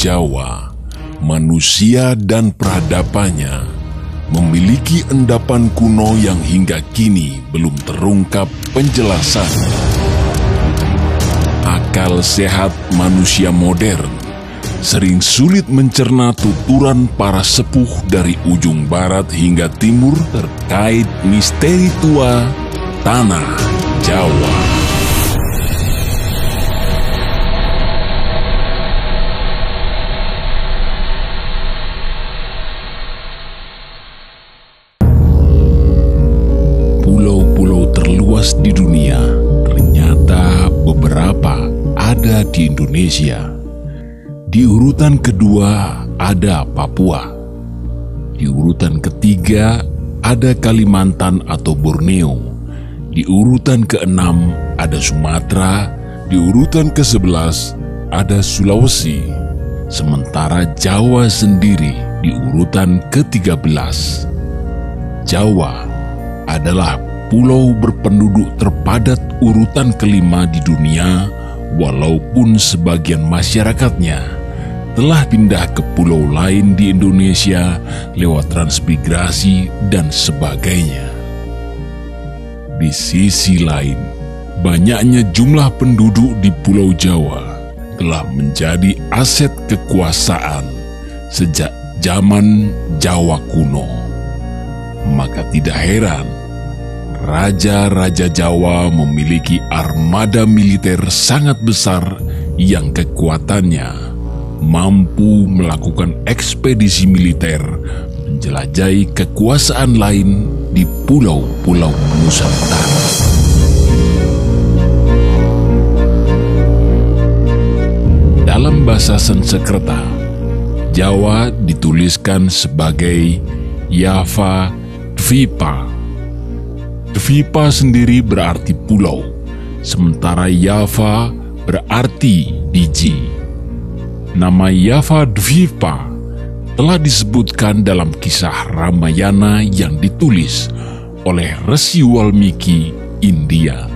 Jawa, manusia dan peradabannya memiliki endapan kuno yang hingga kini belum terungkap penjelasannya. Akal sehat manusia modern sering sulit mencerna tuturan para sepuh dari ujung barat hingga timur terkait misteri tua tanah Jawa. Pulau-pulau terluas di dunia, ternyata beberapa ada di Indonesia. Di urutan kedua ada Papua. Di urutan ketiga ada Kalimantan atau Borneo. Di urutan keenam ada Sumatera. Di urutan ke-11 ada Sulawesi. Sementara Jawa sendiri di urutan ke-13. Jawa adalah pulau berpenduduk terpadat urutan kelima di dunia, walaupun sebagian masyarakatnya telah pindah ke pulau lain di Indonesia lewat transmigrasi dan sebagainya. Di sisi lain, banyaknya jumlah penduduk di Pulau Jawa telah menjadi aset kekuasaan sejak zaman Jawa kuno. Maka tidak heran raja-raja Jawa memiliki armada militer sangat besar yang kekuatannya mampu melakukan ekspedisi militer menjelajahi kekuasaan lain di pulau-pulau Nusantara. Dalam bahasa Sanskerta, Jawa dituliskan sebagai Java Dwipa. Dwipa sendiri berarti pulau, sementara Java berarti biji. Nama Java Dwipa telah disebutkan dalam kisah Ramayana yang ditulis oleh Resi Walmiki, India.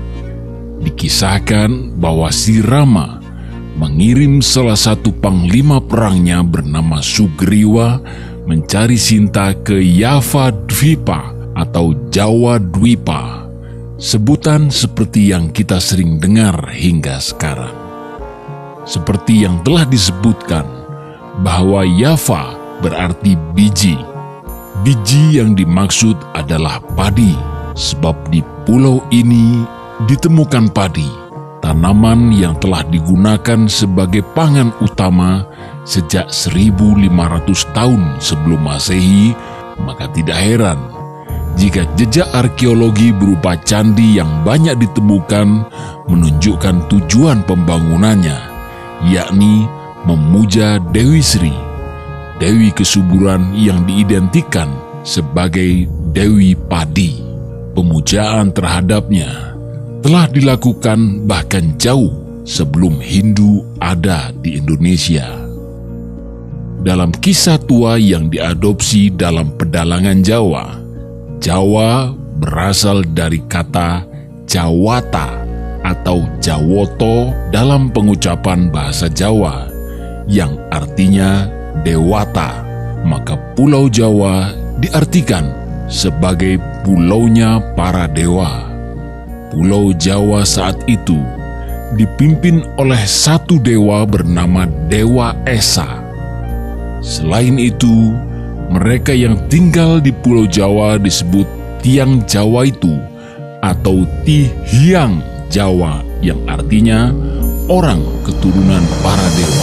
Dikisahkan bahwa si Rama mengirim salah satu panglima perangnya bernama Sugriwa mencari Sinta ke Java Dwipa atau Jawa Dwipa, sebutan seperti yang kita sering dengar hingga sekarang. Seperti yang telah disebutkan bahwa Java berarti biji. Biji yang dimaksud adalah padi, sebab di pulau ini ditemukan padi, tanaman yang telah digunakan sebagai pangan utama sejak 1500 tahun sebelum Masehi. Maka tidak heran jika jejak arkeologi berupa candi yang banyak ditemukan menunjukkan tujuan pembangunannya, yakni memuja Dewi Sri, Dewi kesuburan yang diidentikan sebagai Dewi Padi. Pemujaan terhadapnya telah dilakukan bahkan jauh sebelum Hindu ada di Indonesia. Dalam kisah tua yang diadopsi dalam pedalangan Jawa, Jawa berasal dari kata Jawata atau Jawoto dalam pengucapan bahasa Jawa yang artinya dewata. Maka Pulau Jawa diartikan sebagai pulaunya para dewa. Pulau Jawa saat itu dipimpin oleh satu dewa bernama Dewa Esa. Selain itu, mereka yang tinggal di Pulau Jawa disebut Tiang Jawa itu atau Tihiang Jawa yang artinya orang keturunan para dewa.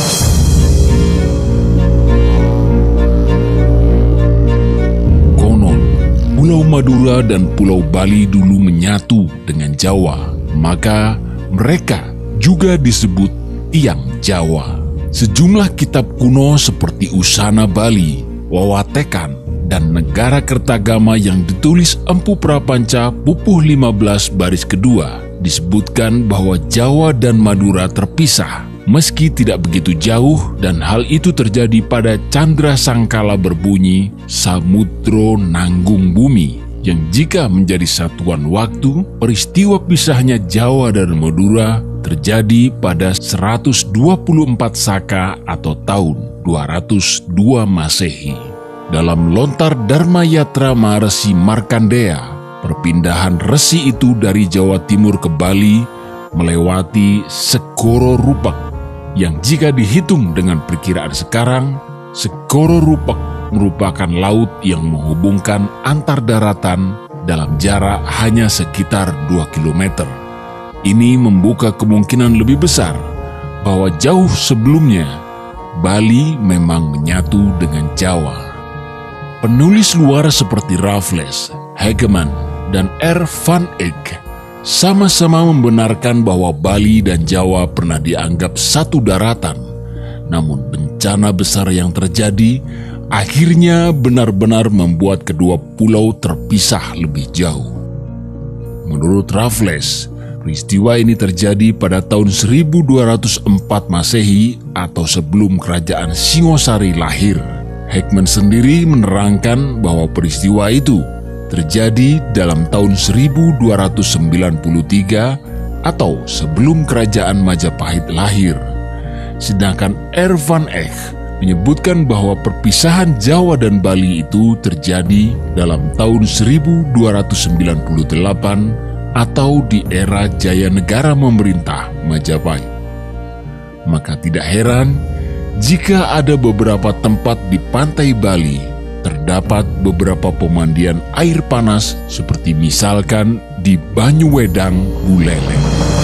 Konon, Pulau Madura dan Pulau Bali dulu menyatu dengan Jawa, maka mereka juga disebut Tiang Jawa. Sejumlah kitab kuno seperti Usana Bali, Wawatekan, dan Negara Kertagama yang ditulis Empu Prapanca Pupuh 15 baris kedua disebutkan bahwa Jawa dan Madura terpisah meski tidak begitu jauh, dan hal itu terjadi pada Candra Sangkala berbunyi Samudro Nanggung Bumi, yang jika menjadi satuan waktu, peristiwa pisahnya Jawa dan Madura terjadi pada 124 Saka atau tahun 202 Masehi. Dalam lontar Dharma Yatra Maharsi Markandeya, perpindahan resi itu dari Jawa Timur ke Bali melewati Segoro Rupak, yang jika dihitung dengan perkiraan sekarang, Segoro Rupak merupakan laut yang menghubungkan antar daratan dalam jarak hanya sekitar 2 km. Ini membuka kemungkinan lebih besar bahwa jauh sebelumnya Bali memang menyatu dengan Jawa. Penulis luar seperti Raffles, Hegeman, dan R. van Eyck sama-sama membenarkan bahwa Bali dan Jawa pernah dianggap satu daratan. Namun bencana besar yang terjadi akhirnya benar-benar membuat kedua pulau terpisah lebih jauh. Menurut Raffles, peristiwa ini terjadi pada tahun 1204 Masehi atau sebelum kerajaan Singosari lahir. Hegeman sendiri menerangkan bahwa peristiwa itu terjadi dalam tahun 1293 atau sebelum kerajaan Majapahit lahir. Sedangkan R. van Eyck menyebutkan bahwa perpisahan Jawa dan Bali itu terjadi dalam tahun 1298 atau di era Jaya Negara memerintah Majapahit. Maka tidak heran jika ada beberapa tempat di pantai Bali terdapat beberapa pemandian air panas seperti misalkan di Banyuwedang, Buleleng.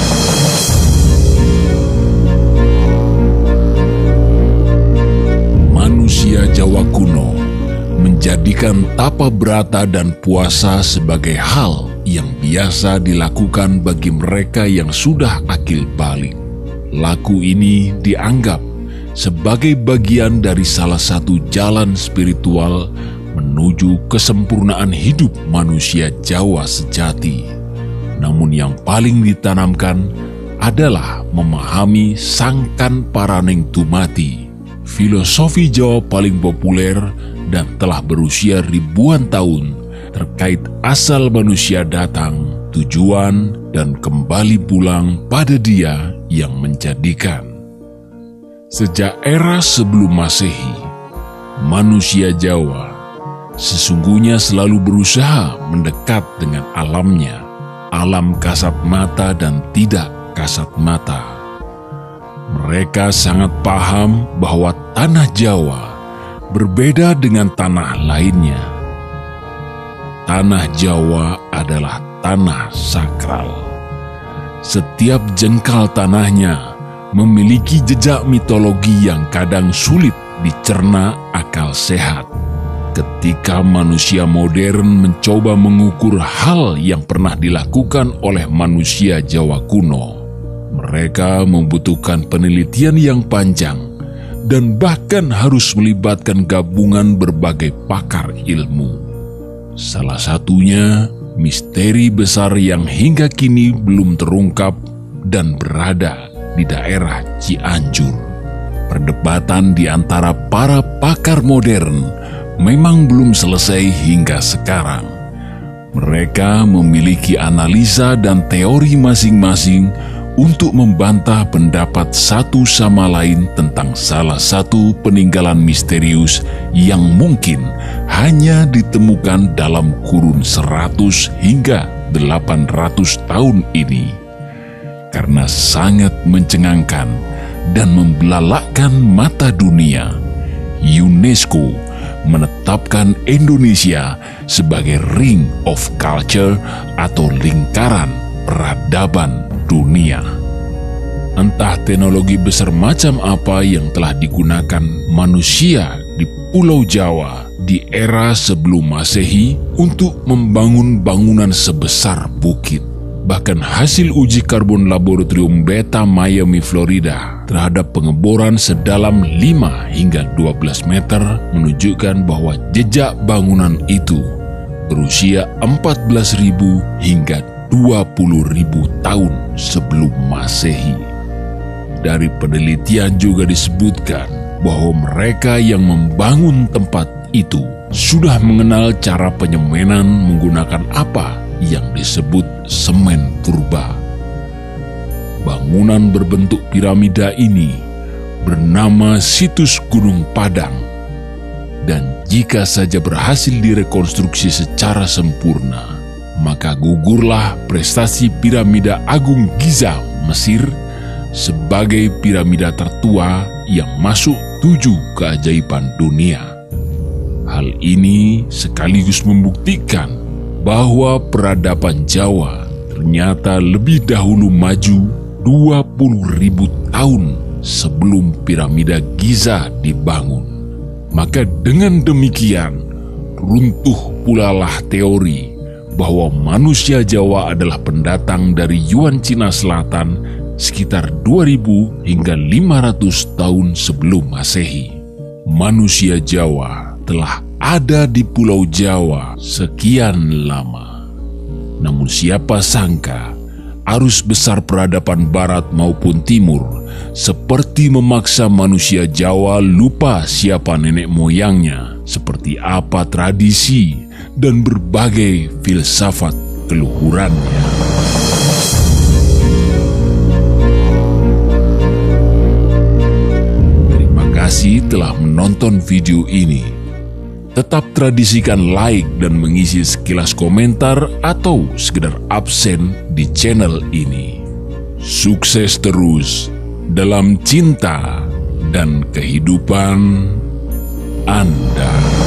Manusia Jawa kuno menjadikan tapa brata dan puasa sebagai hal yang biasa dilakukan bagi mereka yang sudah akil balik. Laku ini dianggap sebagai bagian dari salah satu jalan spiritual menuju kesempurnaan hidup manusia Jawa sejati. Namun yang paling ditanamkan adalah memahami sangkan paraneng tumati, filosofi Jawa paling populer dan telah berusia ribuan tahun terkait asal manusia datang, tujuan, dan kembali pulang pada Dia yang menjadikan. Sejak era sebelum Masehi, manusia Jawa sesungguhnya selalu berusaha mendekat dengan alamnya, alam kasat mata dan tidak kasat mata. Mereka sangat paham bahwa tanah Jawa berbeda dengan tanah lainnya. Tanah Jawa adalah tanah sakral. Setiap jengkal tanahnya memiliki jejak mitologi yang kadang sulit dicerna akal sehat. Ketika manusia modern mencoba mengukur hal yang pernah dilakukan oleh manusia Jawa kuno, mereka membutuhkan penelitian yang panjang dan bahkan harus melibatkan gabungan berbagai pakar ilmu. Salah satunya misteri besar yang hingga kini belum terungkap dan berada di daerah Cianjur. Perdebatan di antara para pakar modern memang belum selesai hingga sekarang. Mereka memiliki analisa dan teori masing-masing untuk membantah pendapat satu sama lain tentang salah satu peninggalan misterius yang mungkin hanya ditemukan dalam kurun 100 hingga 800 tahun ini. Karena sangat mencengangkan dan membelalakkan mata dunia, UNESCO menetapkan Indonesia sebagai Ring of Culture atau lingkaran peradaban dunia. Entah teknologi besar macam apa yang telah digunakan manusia di Pulau Jawa di era sebelum Masehi untuk membangun bangunan sebesar bukit. Bahkan hasil uji karbon laboratorium Beta Miami, Florida terhadap pengeboran sedalam 5 hingga 12 meter menunjukkan bahwa jejak bangunan itu berusia 14.000 hingga 20.000 tahun sebelum Masehi. Dari penelitian juga disebutkan bahwa mereka yang membangun tempat itu sudah mengenal cara penyemenan menggunakan apa yang disebut semen purba. bangunan berbentuk piramida ini bernama situs Gunung Padang. Dan jika saja berhasil direkonstruksi secara sempurna, maka gugurlah prestasi piramida Agung Giza Mesir sebagai piramida tertua yang masuk 7 keajaiban dunia. Hal ini sekaligus membuktikan bahwa peradaban Jawa ternyata lebih dahulu maju 20.000 tahun sebelum piramida Giza dibangun. Maka dengan demikian, runtuh pula lah teori bahwa manusia Jawa adalah pendatang dari Yuan Cina Selatan sekitar 2000 hingga 500 tahun sebelum Masehi. Manusia Jawa telah ada di Pulau Jawa sekian lama. Namun siapa sangka arus besar peradaban barat maupun timur seperti memaksa manusia Jawa lupa siapa nenek moyangnya, seperti apa tradisi dan berbagai filsafat keluhurannya. Terima kasih telah menonton video ini. Tetap tradisikan like dan mengisi sekilas komentar atau sekedar absen di channel ini. Sukses terus dalam cinta dan kehidupan Anda.